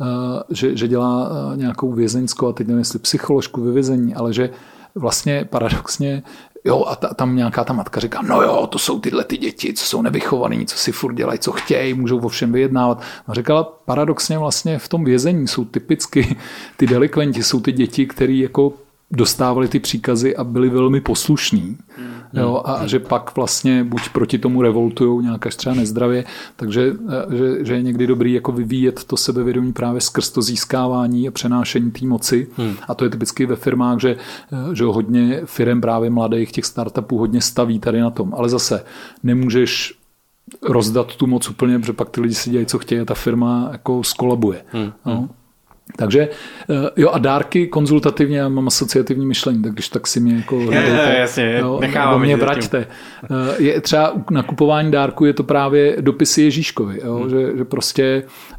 že, že dělá nějakou vězeňskou, a teď nevím, jestli psycholožku ve vězení, ale že vlastně paradoxně jo, a ta, tam nějaká ta matka říká, no jo, to jsou tyhle ty děti, co jsou nevychovaný, co si furt dělají, co chtějí, můžou o všem vyjednávat. A říkala, paradoxně vlastně v tom vězení jsou typicky ty delikventi, jsou ty děti, které jako dostávali ty příkazy a byli velmi poslušní. Hmm. Jo, a že pak vlastně buď proti tomu revoltujou nějak až třeba nezdravě, takže že, že je někdy dobrý jako vyvíjet to sebevědomí právě skrz to získávání a přenášení té moci. Hmm. A to je typicky ve firmách, že, že hodně firem právě mladých těch startupů hodně staví tady na tom. Ale zase nemůžeš rozdat tu moc úplně, protože pak ty lidi si dělají, co chtějí a ta firma jako skolabuje. Hmm. No. Takže jo, a dárky konzultativně, já mám asociativní myšlení, tak když tak si mě jako hledejte, jasně, jo, nebo mě vraťte. Je třeba na kupování dárku je to právě dopisy Ježíškovi, jo, hmm. že, že prostě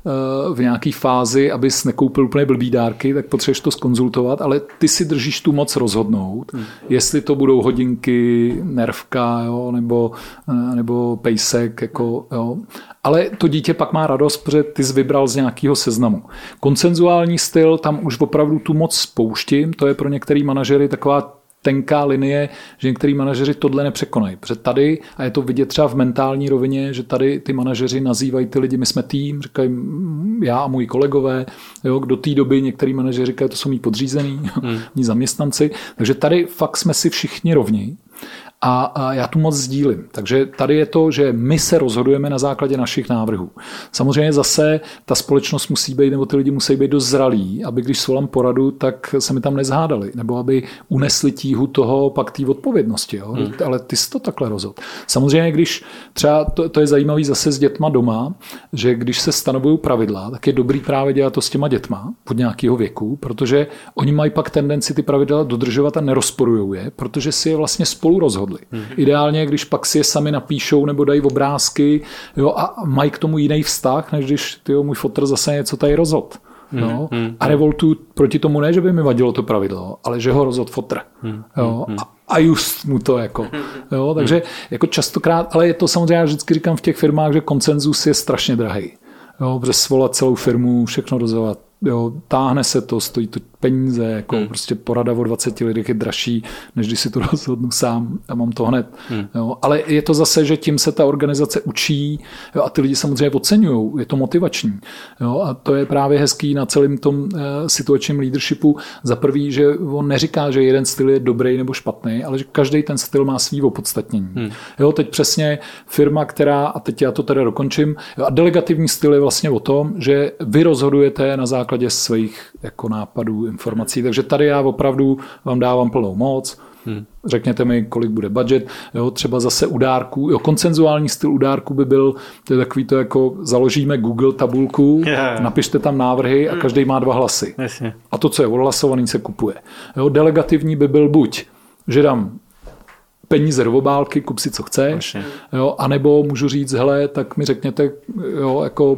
v nějaký fázi, abys nekoupil úplně blbý dárky, tak potřebuješ to zkonzultovat, ale ty si držíš tu moc rozhodnout, hmm. jestli to budou hodinky, nervka, jo, nebo, nebo pejsek, jako, jo. Ale to dítě pak má radost, protože ty jsi vybral z nějakého seznamu. Konsenzuální styl, tam už opravdu tu moc spouštím, to je pro některý manažery taková tenká linie, že některý manažeři tohle nepřekonají. Protože tady, a je to vidět třeba v mentální rovině, že tady ty manažeři nazývají ty lidi, my jsme tým, říkají já a moji kolegové, jo, do té doby některý manažeři říkají, to jsou mý podřízený, hmm. mý zaměstnanci, takže tady fakt jsme si všichni rovni. A, a já tu moc sdílím. Takže tady je to, že my se rozhodujeme na základě našich návrhů. Samozřejmě zase ta společnost musí být, nebo ty lidi musí být dost zralí, aby když svolám poradu, tak se mi tam nezhádali, nebo aby unesli tíhu toho pak té odpovědnosti. Jo? Hmm. Ale ty jsi to takhle rozhodl. Samozřejmě, když třeba, to, to je zajímavý zase s dětma doma, že když se stanovují pravidla, tak je dobrý právě dělat to s těma dětma od nějakého věku, protože oni mají pak tendenci ty pravidla dodržovat a nerozporujou je, protože si je vlastně spolu rozhodli. Hmm. Ideálně, když pak si je sami napíšou nebo dají obrázky, jo, a mají k tomu jiný vztah, než když tyjo, můj fotr zase něco tady rozhodl. No. Hmm. A revoltu proti tomu ne, že by mi vadilo to pravidlo, ale že ho rozhodl fotr. Hmm. Jo. A, a just mu to jako. Jo. Takže jako častokrát, ale je to samozřejmě, já vždycky říkám v těch firmách, že konsenzus je strašně drahý. Jo, protože svolat celou firmu, všechno rozhodovat. Jo, táhne se to, stojí to peníze, jako hmm. prostě porada o dvaceti lidech je dražší, než když si to rozhodnu sám a mám to hned. Hmm. Jo, ale je to zase, že tím se ta organizace učí, jo, a ty lidi samozřejmě oceňují, je to motivační. Jo, a to je právě hezký na celém tom uh, situačním leadershipu. Za prvý, že on neříká, že jeden styl je dobrý nebo špatný, ale že každý ten styl má svý opodstatnění. Hmm. Jo, teď přesně firma, která, a teď já to teda dokončím, jo, a delegativní styl je vlastně o tom, že vy rozhodujete na základě svých jako nápadů, informací. Takže tady já opravdu vám dávám plnou moc. Hmm. Řekněte mi, kolik bude budget. Jo, třeba zase u dárků. Jo, konsenzuální styl u dárků by byl, to je takový to jako založíme Google tabulku, yeah. napište tam návrhy a každý má dva hlasy. Yes, yeah. A to, co je odhlasovaný, se kupuje. Jo, delegativní by byl buď, že dám peníze do obálky, kup si, co chceš, jo, anebo můžu říct, hele, tak mi řekněte, jo, jako,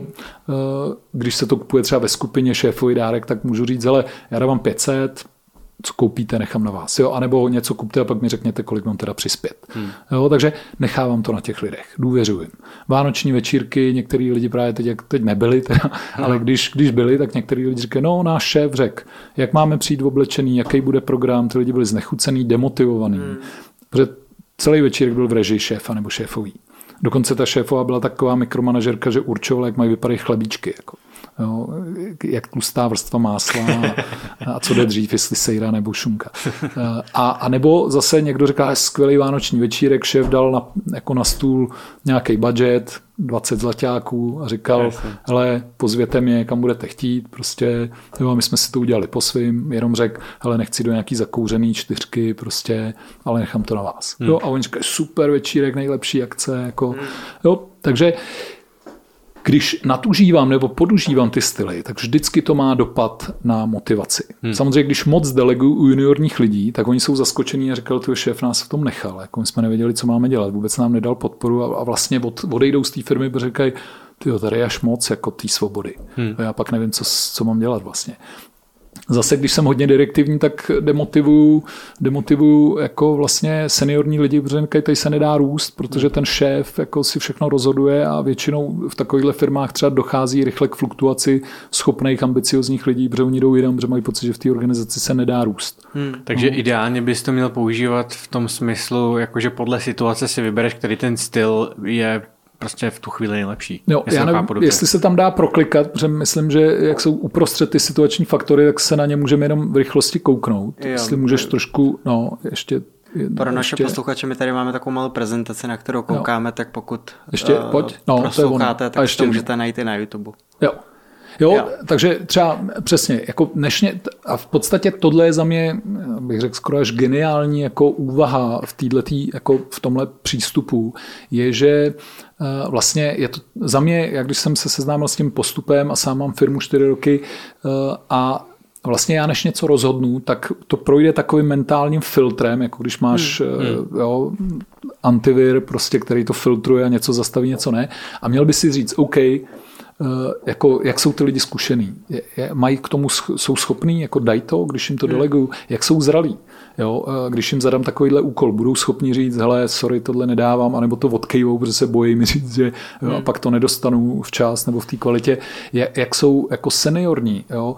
když se to kupuje třeba ve skupině šéfový dárek, tak můžu říct, hele, já dávám pět set, co koupíte, nechám na vás, jo, anebo něco kupte a pak mi řekněte, kolik mám teda přispět. Hmm. Jo, takže nechávám to na těch lidech, důvěřuji. Vánoční večírky, některý lidi právě teď, jak teď nebyli, teda, hmm. ale když, když byli, tak některý lidi říkají, no, náš šéf řekl, jak máme přijít oblečený, jaký bude program, ty lidi byli znechucený, demotivovaný. Hmm. Protože celý večírek byl v režii šéfa nebo šéfový. Dokonce ta šéfová byla taková mikromanažerka, že určovala, jak mají vypadat chlebíčky. Jako. Jo, jak tlustá vrstva másla a, a co jde dřív, jestli sejra nebo šunka. A, a nebo zase někdo říká, skvělý vánoční večírek, šéf dal na, jako na stůl nějaký budget, dvacet zlaťáků a říkal, hele, pozvěte mě, kam budete chtít, prostě, jo, my jsme si to udělali po svým, jenom řekl, hele, nechci do nějaký zakouřený čtyřky, prostě, ale nechám to na vás. Hmm. Jo, a oni říkají, super večírek, nejlepší akce, jako, hmm. jo, takže když nadužívám nebo podužívám ty styly, tak vždycky to má dopad na motivaci. Hmm. Samozřejmě, když moc deleguju u juniorních lidí, tak oni jsou zaskočení a říkali, že šéf nás v tom nechal. Jako my jsme nevěděli, co máme dělat. Vůbec nám nedal podporu a, a vlastně od, odejdou z té firmy a říkají, tyjo, tady je až moc jako té svobody. Hmm. A já pak nevím, co, co mám dělat vlastně. Zase, když jsem hodně direktivní, tak demotivuju, demotivuju jako vlastně seniorní lidi, protože říkají, tady se nedá růst, protože ten šéf jako si všechno rozhoduje a většinou v takovýchhle firmách třeba dochází rychle k fluktuaci schopných, ambiciozních lidí, protože oni jdou jinam, protože mají pocit, že v té organizaci se nedá růst. Hmm. Takže no. Ideálně bys to měl používat v tom smyslu, jakože podle situace si vybereš, který ten styl je prostě v tu chvíli nejlepší. Jo, já nevím, jestli se tam dá proklikat, protože myslím, že jak jsou uprostřed ty situační faktory, tak se na ně můžeme jenom v rychlosti kouknout. Jo, jestli můžeš je... trošku, no, ještě... Pro naše ještě... posluchače, my tady máme takovou malou prezentaci, na kterou koukáme, jo. Tak pokud ještě, uh, pojď. No, posloucháte, tak ještě... to můžete najít i na YouTube. Jo. Jo, jo, takže třeba přesně, jako nešně, a v podstatě tohle je za mě, bych řekl skoro až geniální jako úvaha v této, jako v tomhle přístupu, je, že vlastně je to za mě, jak když jsem se seznámil s tím postupem a sám mám firmu čtyři roky a vlastně já než něco rozhodnu, tak to projde takovým mentálním filtrem, jako když máš hmm. jo, antivir, prostě, který to filtruje a něco zastaví, něco ne. A měl by si říct, OK, jako, jak jsou ty lidi zkušený, je, je, mají k tomu, jsou schopní, jako dají to, když jim to deleguju, jak jsou zralí. Jo, když jim zadám takovýhle úkol, budou schopni říct, hele, sorry, tohle nedávám, anebo to odkejvou, protože se bojí mi říct, že jo, a pak to nedostanu včas nebo v té kvalitě. Jak jsou jako seniorní. Jo.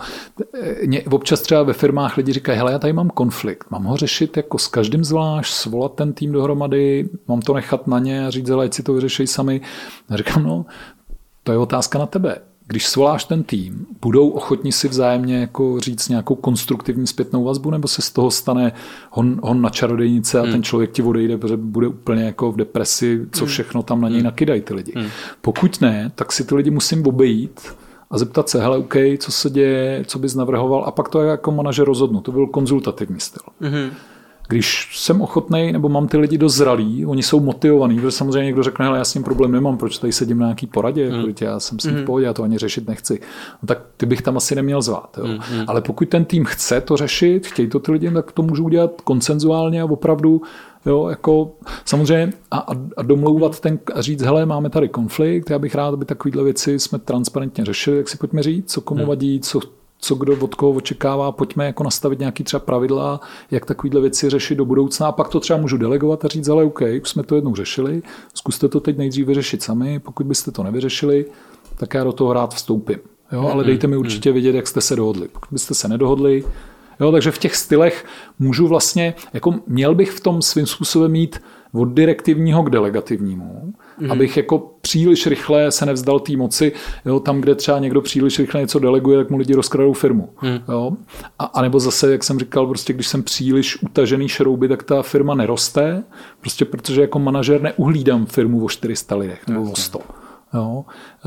Občas třeba ve firmách lidi říkají, hele, já tady mám konflikt, mám ho řešit jako s každým zvlášť, svolat ten tým dohromady, mám to nechat na ně a říct, hele, ať si to vyřešejí sami. A říkám, no, to je otázka na tebe. Když svoláš ten tým, budou ochotni si vzájemně jako říct nějakou konstruktivní zpětnou vazbu, nebo se z toho stane hon, hon na čarodejnice a hmm. ten člověk ti odejde, protože bude úplně jako v depresi, co všechno tam na něj nakydají ty lidi. Hmm. Pokud ne, tak si ty lidi musím obejít a zeptat se, hele, OK, co se děje, co bys navrhoval, a pak to jako manažer rozhodnu. To byl konzultativní styl. Hmm. Když jsem ochotnej, nebo mám ty lidi dost zralí, oni jsou motivovaní, protože samozřejmě někdo řekne, hele, já s tím problém nemám, proč tady sedím na nějaký poradě, mm. protože já jsem s tím v pohodě, já to ani řešit nechci. No, tak ty bych tam asi neměl zvát. Jo. Mm. Ale pokud ten tým chce to řešit, chtějí to ty lidi, tak to můžu udělat konsenzuálně a opravdu, jo, jako samozřejmě a, a domlouvat ten a říct, hele, máme tady konflikt, já bych rád, aby takovýhle věci jsme transparentně řešili, jak si pojďme říct, co komu vadí, co co kdo od koho očekává, pojďme jako nastavit nějaký třeba pravidla, jak takovýhle věci řešit do budoucna, a pak to třeba můžu delegovat a říct, ale OK, už jsme to jednou řešili, zkuste to teď nejdřív vyřešit sami, pokud byste to nevyřešili, tak já do toho rád vstoupím. Jo, ale dejte mi určitě vědět, jak jste se dohodli. Pokud byste se nedohodli, jo, takže v těch stylech můžu vlastně, jako měl bych v tom svým způsobem mít od direktivního k delegativnímu, mm. abych jako příliš rychle se nevzdal té moci, jo, tam, kde třeba někdo příliš rychle něco deleguje, tak mu lidi rozkradou firmu. Mm. Jo. A, a nebo zase, jak jsem říkal, prostě když jsem příliš utažený šrouby, tak ta firma neroste, prostě protože jako manažer neuhlídám firmu o čtyři sta lidech nebo o sto. Jo.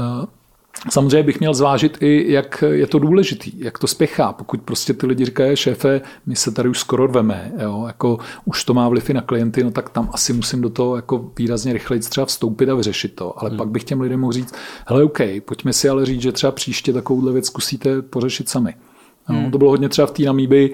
Samozřejmě bych měl zvážit i, jak je to důležitý, jak to spěchá. Pokud prostě ty lidi říkají, šéfe, my se tady už skoro rveme, jo, jako už to má vliv na klienty, no tak tam asi musím do toho jako výrazně rychleji třeba vstoupit a vyřešit to. Ale hmm. pak bych těm lidem mohl říct, hele, OK, pojďme si ale říct, že třeba příště takovouhle věc zkusíte pořešit sami. No, to bylo hodně třeba v té Namíbii,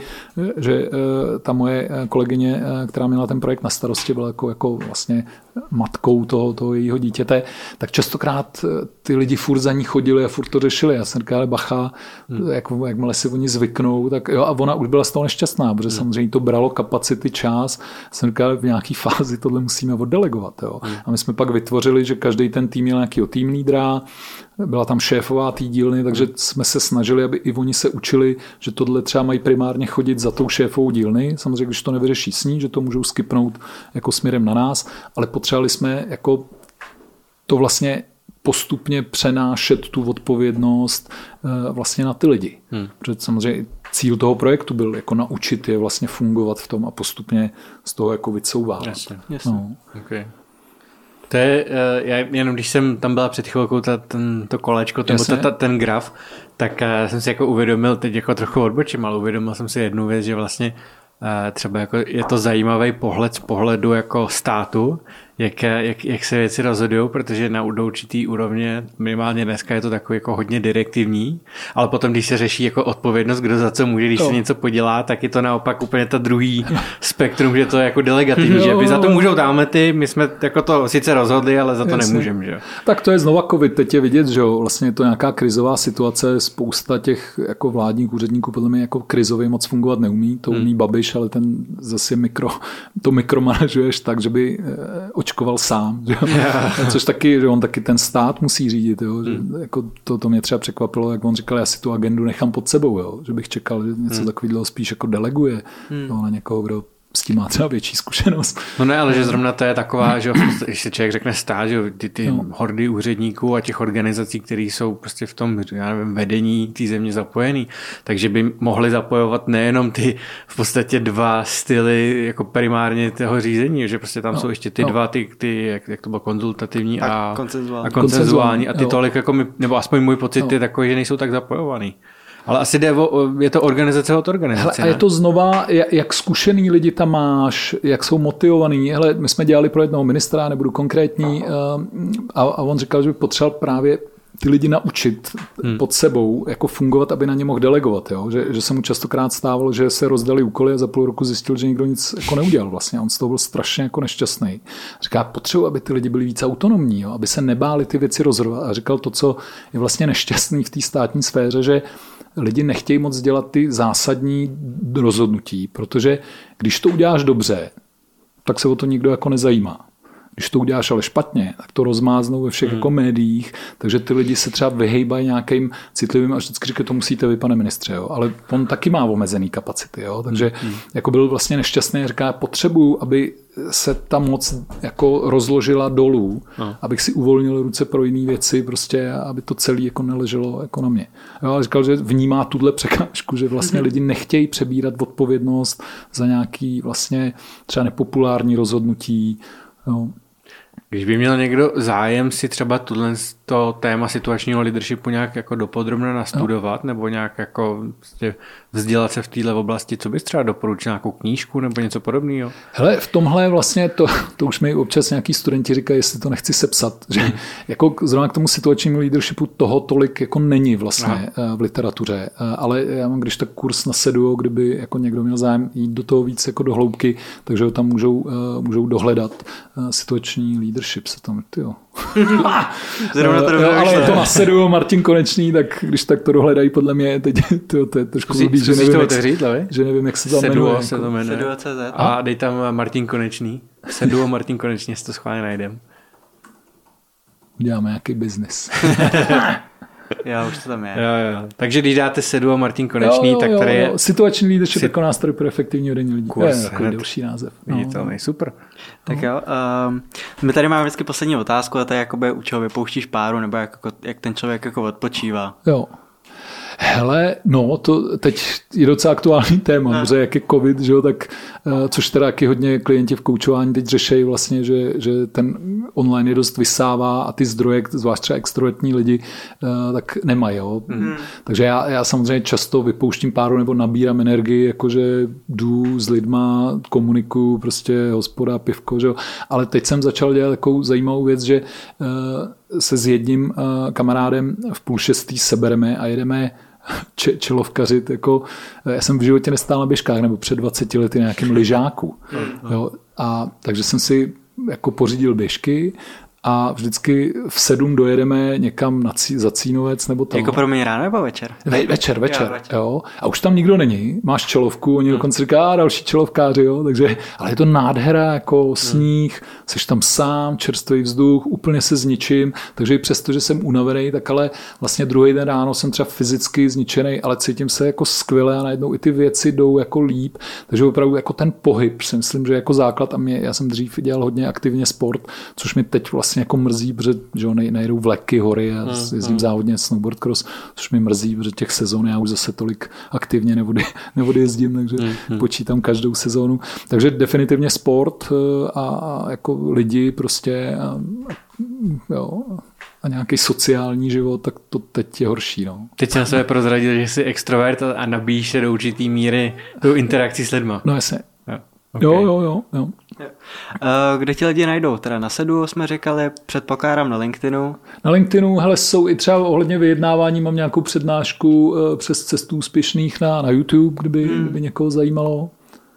že ta moje kolegyně, která měla ten projekt na starosti, byla jako, jako vlastně matkou toho, toho jejího dítěte, tak častokrát ty lidi furt za ní chodili a furt to řešili. Já jsem říkal, ale bacha, hmm. jak, jakmile si oni zvyknou, tak jo, a ona už byla z toho nešťastná, protože hmm. samozřejmě to bralo kapacity, čas. Jsem říkal, v nějaký fázi tohle musíme oddelegovat. Jo. Hmm. A my jsme pak vytvořili, že každý ten tým měl nějakýho tým lídra, byla tam šéfová té dílny, takže hmm. jsme se snažili, aby i oni se učili, že tohle třeba mají primárně chodit za tou šéfovou dílny. Samozřejmě, když to nevyřeší s ní, že to můžou skipnout jako směrem na nás, ale potřebovali jsme jako to vlastně postupně přenášet tu odpovědnost vlastně na ty lidi. Hmm. Protože samozřejmě cíl toho projektu byl jako naučit je vlastně fungovat v tom a postupně z toho jako vycouvávat. Jasně, jasně. No. Okay. To je, já jenom když jsem tam byla před chvilkou ta, ten, to kolečko, ten, ta, ta, ten graf, tak jsem si jako uvědomil, teď jako trochu odbočím, ale uvědomil jsem si jednu věc, že vlastně třeba jako je to zajímavý pohled z pohledu jako státu, jak, jak, jak se věci rozhodují, protože na určitý úrovně minimálně dneska je to takový jako hodně direktivní, ale potom, když se řeší jako odpovědnost, kdo za co může, když to. se něco podělá, tak je to naopak úplně ta druhý spektrum, že to je jako delegativní, že by za to můžou dáme ty, my jsme jako to sice rozhodli, ale za to Jasně. nemůžeme. Že? Tak to je znova covid, teď je vidět, že jo, vlastně je to nějaká krizová situace, spousta těch jako vládních úředníků podle mě jako krizově moc fungovat neumí, to umí hmm. Babiš, ale ten zase mikro, to mikromanažuješ tak, že by očkoval sám, že? Yeah. Což taky, že on taky ten stát musí řídit, jo? Že mm. jako to, to mě třeba překvapilo, jak on říkal, já si tu agendu nechám pod sebou, jo? Že bych čekal, že něco mm. takového spíš jako deleguje mm. jo? na někoho, kdo s tím má třeba větší zkušenost. No ne, ale že zrovna to je taková, že když se člověk řekne stát, že ty, ty no. hordy úředníků a těch organizací, které jsou prostě v tom, já nevím, vedení té země zapojený, takže by mohli zapojovat nejenom ty v podstatě dva styly jako primárně toho řízení, že prostě tam no. jsou ještě ty no. dva, ty, ty jak, jak to bylo, konzultativní a, a konsenzuální. A, konsenzuální. a ty jo. tolik, jako my, nebo aspoň můj pocit no. je takový, že nejsou tak zapojovaný. Ale asi jde o, je to organizace od organizace. Hele, a je to znova, jak zkušený lidi tam máš, jak jsou motivovaný. Hele, my jsme dělali pro jednoho ministra, nebudu konkrétní, a, a on říkal, že by potřeboval právě ty lidi naučit hmm. pod sebou, jako fungovat, aby na ně mohl delegovat. Jo? Že, že se mu častokrát stávalo, že se rozdali úkoly a za půl roku zjistil, že nikdo nic jako neudělal vlastně. On z toho byl strašně jako nešťastný. Říká, potřebuji, aby ty lidi byli víc autonomní, jo? Aby se nebáli ty věci rozhodovat. A říkal to, co je vlastně nešťastný v té státní sféře, že lidi nechtějí moc dělat ty zásadní rozhodnutí, protože když to uděláš dobře, tak se o to nikdo jako nezajímá. Když to uděláš ale špatně, tak to rozmáznou ve všech hmm. jako médiích, takže ty lidi se třeba vyhejbají nějakým citlivým a vždycky říkají, to musíte vy, pane ministře, jo? Ale on taky má omezený kapacity, jo? Takže hmm. jako byl vlastně nešťastný a říká, potřebuju, aby se ta moc jako rozložila dolů, no. abych si uvolnil ruce pro jiné věci, prostě, aby to celé jako neleželo jako na mě. Jo, ale říkal, že vnímá tuhle překážku, že vlastně mm-hmm. lidi nechtějí přebírat odpovědnost za nějaký vlastně třeba nepopulární rozhodnutí. Jo. Když by měl někdo zájem si třeba tuhle to téma situačního leadershipu nějak jako dopodrobně nastudovat, no. nebo nějak jako prostě vzdělat se v této oblasti, co bys třeba doporučil, nějakou knížku nebo něco podobného? Hele, v tomhle vlastně to, to už mi občas nějaký studenti říkají, jestli to nechci sepsat, že hmm. jako zrovna k tomu situačnímu leadershipu toho tolik jako není vlastně Aha. v literatuře, ale já mám když tak kurz na sedu, kdyby jako někdo měl zájem jít do toho víc jako do hloubky, takže ho tam můžou, můžou dohledat. Situační leadership se tam, tyjo. Zrovna to jo, ale je to na sedu, Martin Konečný, tak když tak to dohledají podle mě, teď tyjo, to je trošku blbý, že nevím, jak, že nevím, jak se tam jmenuje. Seduo se to jmenuje. A dej tam Martin Konečný. Seduo Martin Konečný, si to schválně najdem. Uděláme nějaký biznis. Já už to tam je. Jo, jo. Takže když dáte Sedu a Martin Konečný, jo, jo, tak tady je... Jo. Situační leadership jako nástroj pro efektivního vedení lidí. Kurs, je takový delší název. Viditelný, no. Super. Tak jo, um, my tady máme vždycky poslední otázku a to je jakoby u čeho vypouštíš páru nebo jak, jak ten člověk jako odpočívá. Jo. Hele, no, to teď je docela aktuální téma, protože jak je covid, že jo, tak, což teda taky hodně klienti v koučování teď řešejí vlastně, že, že ten online je dost vysává a ty zdroje, zvlášť třeba extrovertní lidi, tak nemají, jo. Mm. Takže já, já samozřejmě často vypouštím páru nebo nabírám energii, jakože jdu s lidma, komunikuju, prostě hospoda, pivko, že jo. Ale teď jsem začal dělat takovou zajímavou věc, že se s jedním kamarádem v půl šestý sebereme a jedeme če- čelovkařit. Jako, já jsem v životě nestál na běžkách nebo před dvaceti lety na nějakém lyžáku. Jo, a takže jsem si jako pořídil běžky a vždycky v sedm dojedeme někam na cí, za Cínovec nebo tam. Jako pro mě ráno nebo večer? Ve, večer, večer. Jo, večer. Jo. A už tam nikdo není. Máš čelovku, oni hmm. dokonce říká, a další čelovkáři, jo. Takže, ale je to nádhera, jako sníh, hmm. seš tam sám, čerstvý vzduch, úplně se zničím, takže i přesto, že jsem unavený, tak ale vlastně druhý den ráno jsem třeba fyzicky zničený, ale cítím se jako skvěle a najednou i ty věci jdou jako líp. Takže opravdu jako ten pohyb, si myslím, že jako základ a mě, já jsem dřív dělal hodně aktivně sport, což mi teď vlastně jako mrzí, protože že nejedou vleky, hory a jezdím hmm. závodně snowboard cross, což mi mrzí, protože těch sezon já už zase tolik aktivně nevody, nevody jezdím, takže hmm. počítám každou sezónu. Takže definitivně sport a, a jako lidi prostě a, jo, a nějaký sociální život, tak to teď je horší. No. Teď jsem na sebe prozradil, že jsi extrovert a nabíjíš se do určitý míry tu interakci s lidma. No jasně. Jo, okay. jo, jo, jo, jo. Kde ti lidi najdou? Teda na Sedu jsme říkali, předpokládám na LinkedInu. Na LinkedInu, hele, jsou i třeba ohledně vyjednávání, mám nějakou přednášku přes cestu úspěšných na, na YouTube, kdyby, hmm. kdyby někoho zajímalo.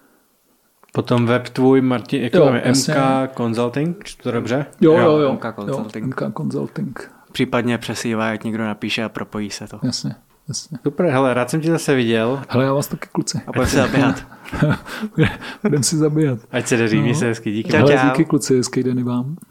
Potom web tvůj, Martin, jak to máme, M K Consulting, či to dobře? Jo, jo, jo. M K Consulting. Jo, M K Consulting. Případně přesývá, jak někdo napíše a propojí se to. Jasně. Jasně. Super, hele, rád jsem tě zase viděl. Hele, já vás taky, kluci. A pojď si zabíhat. Budem si zabíhat. Ať se daří, no. Mi se hezky, díky. Hele, díky, kluci, hezký den i vám.